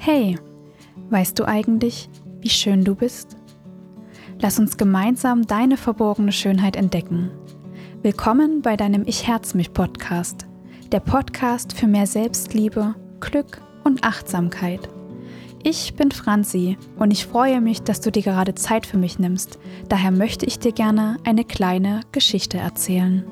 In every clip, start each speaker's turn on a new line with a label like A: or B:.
A: Hey, weißt du eigentlich, wie schön du bist? Lass uns gemeinsam deine verborgene Schönheit entdecken. Willkommen bei deinem Ich Herz mich Podcast, der Podcast für mehr Selbstliebe, Glück und Achtsamkeit. Ich bin Franzi und ich freue mich, dass du dir gerade Zeit für mich nimmst. Daher möchte ich dir gerne eine kleine Geschichte erzählen.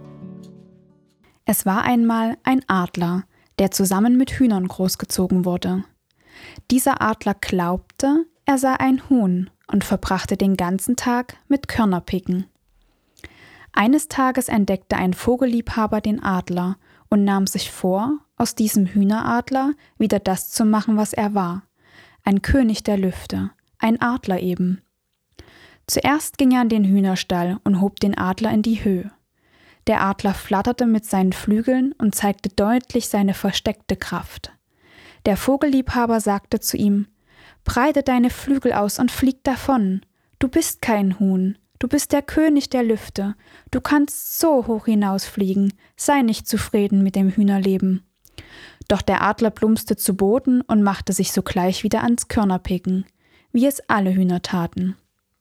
A: Es war einmal ein Adler, der zusammen mit Hühnern großgezogen wurde. Dieser Adler glaubte, er sei ein Huhn und verbrachte den ganzen Tag mit Körnerpicken. Eines Tages entdeckte ein Vogelliebhaber den Adler und nahm sich vor, aus diesem Hühneradler wieder das zu machen, was er war: ein König der Lüfte, ein Adler eben. Zuerst ging er in den Hühnerstall und hob den Adler in die Höhe. Der Adler flatterte mit seinen Flügeln und zeigte deutlich seine versteckte Kraft. Der Vogelliebhaber sagte zu ihm: »Breite deine Flügel aus und flieg davon. Du bist kein Huhn, du bist der König der Lüfte. Du kannst so hoch hinausfliegen, sei nicht zufrieden mit dem Hühnerleben.« Doch der Adler plumpste zu Boden und machte sich sogleich wieder ans Körnerpicken, wie es alle Hühner taten.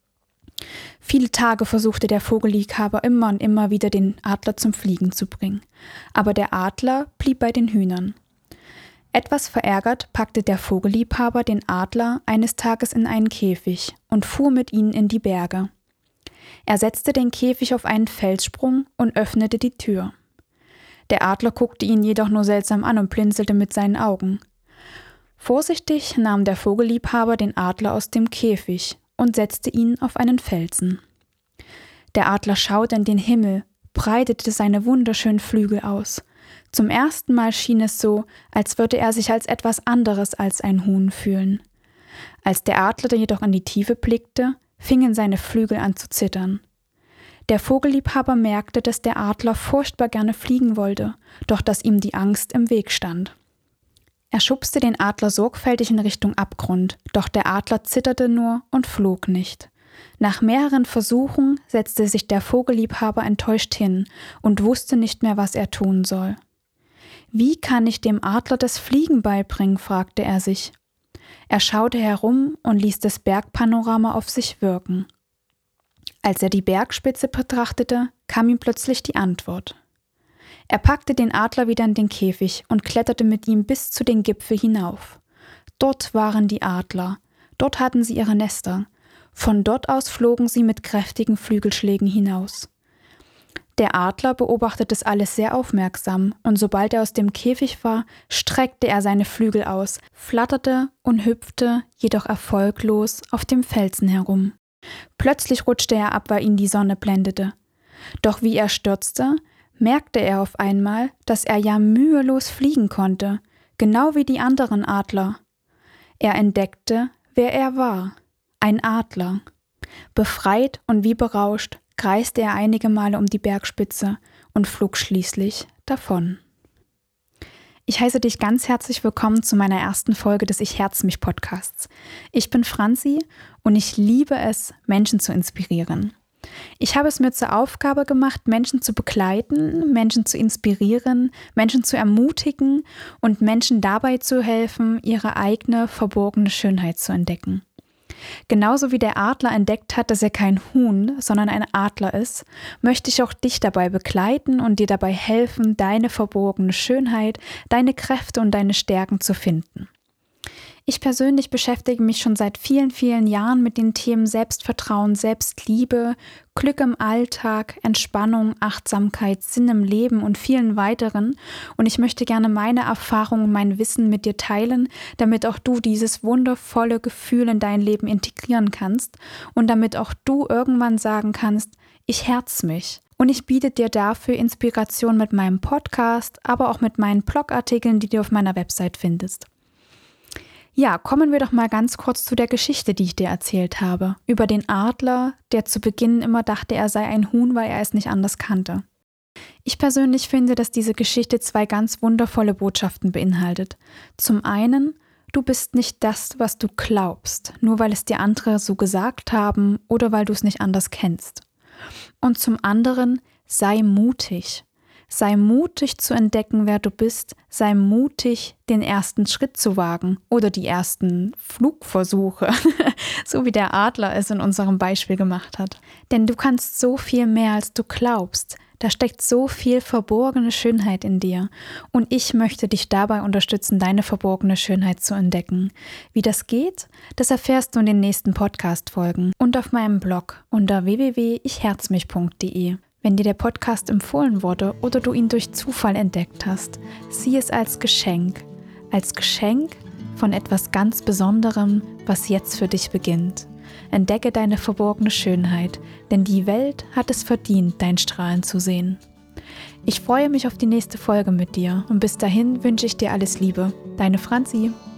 A: Viele Tage versuchte der Vogelliebhaber immer und immer wieder, den Adler zum Fliegen zu bringen. Aber der Adler blieb bei den Hühnern. Etwas verärgert packte der Vogelliebhaber den Adler eines Tages in einen Käfig und fuhr mit ihnen in die Berge. Er setzte den Käfig auf einen Felssprung und öffnete die Tür. Der Adler guckte ihn jedoch nur seltsam an und blinzelte mit seinen Augen. Vorsichtig nahm der Vogelliebhaber den Adler aus dem Käfig und setzte ihn auf einen Felsen. Der Adler schaute in den Himmel, breitete seine wunderschönen Flügel aus. Zum ersten Mal schien es so, als würde er sich als etwas anderes als ein Huhn fühlen. Als der Adler jedoch in die Tiefe blickte, fingen seine Flügel an zu zittern. Der Vogelliebhaber merkte, dass der Adler furchtbar gerne fliegen wollte, doch dass ihm die Angst im Weg stand. Er schubste den Adler sorgfältig in Richtung Abgrund, doch der Adler zitterte nur und flog nicht. Nach mehreren Versuchen setzte sich der Vogelliebhaber enttäuscht hin und wusste nicht mehr, was er tun soll. »Wie kann ich dem Adler das Fliegen beibringen?« fragte er sich. Er schaute herum und ließ das Bergpanorama auf sich wirken. Als er die Bergspitze betrachtete, kam ihm plötzlich die Antwort. Er packte den Adler wieder in den Käfig und kletterte mit ihm bis zu den Gipfel hinauf. Dort waren die Adler, dort hatten sie ihre Nester. Von dort aus flogen sie mit kräftigen Flügelschlägen hinaus. Der Adler beobachtete das alles sehr aufmerksam und sobald er aus dem Käfig war, streckte er seine Flügel aus, flatterte und hüpfte, jedoch erfolglos, auf dem Felsen herum. Plötzlich rutschte er ab, weil ihn die Sonne blendete. Doch wie er stürzte, merkte er auf einmal, dass er ja mühelos fliegen konnte, genau wie die anderen Adler. Er entdeckte, wer er war: ein Adler. Befreit und wie berauscht kreiste er einige Male um die Bergspitze und flog schließlich davon. Ich heiße dich ganz herzlich willkommen zu meiner ersten Folge des Ich Herz mich Podcasts. Ich bin Franzi und ich liebe es, Menschen zu inspirieren. Ich habe es mir zur Aufgabe gemacht, Menschen zu begleiten, Menschen zu inspirieren, Menschen zu ermutigen und Menschen dabei zu helfen, ihre eigene verborgene Schönheit zu entdecken. Genauso wie der Adler entdeckt hat, dass er kein Huhn, sondern ein Adler ist, möchte ich auch dich dabei begleiten und dir dabei helfen, deine verborgene Schönheit, deine Kräfte und deine Stärken zu finden. Ich persönlich beschäftige mich schon seit vielen, vielen Jahren mit den Themen Selbstvertrauen, Selbstliebe, Glück im Alltag, Entspannung, Achtsamkeit, Sinn im Leben und vielen weiteren. Und ich möchte gerne meine Erfahrungen und mein Wissen mit dir teilen, damit auch du dieses wundervolle Gefühl in dein Leben integrieren kannst und damit auch du irgendwann sagen kannst: ich herz mich. Und ich biete dir dafür Inspiration mit meinem Podcast, aber auch mit meinen Blogartikeln, die du auf meiner Website findest. Ja, kommen wir doch mal ganz kurz zu der Geschichte, die ich dir erzählt habe, über den Adler, der zu Beginn immer dachte, er sei ein Huhn, weil er es nicht anders kannte. Ich persönlich finde, dass diese Geschichte zwei ganz wundervolle Botschaften beinhaltet. Zum einen: du bist nicht das, was du glaubst, nur weil es dir andere so gesagt haben oder weil du es nicht anders kennst. Und zum anderen: sei mutig. Sei mutig zu entdecken, wer du bist. Sei mutig, den ersten Schritt zu wagen oder die ersten Flugversuche, so wie der Adler es in unserem Beispiel gemacht hat. Denn du kannst so viel mehr, als du glaubst. Da steckt so viel verborgene Schönheit in dir. Und ich möchte dich dabei unterstützen, deine verborgene Schönheit zu entdecken. Wie das geht, das erfährst du in den nächsten Podcast-Folgen und auf meinem Blog unter www.ichherzmich.de. Wenn dir der Podcast empfohlen wurde oder du ihn durch Zufall entdeckt hast, sieh es als Geschenk von etwas ganz Besonderem, was jetzt für dich beginnt. Entdecke deine verborgene Schönheit, denn die Welt hat es verdient, dein Strahlen zu sehen. Ich freue mich auf die nächste Folge mit dir und bis dahin wünsche ich dir alles Liebe. Deine Franzi.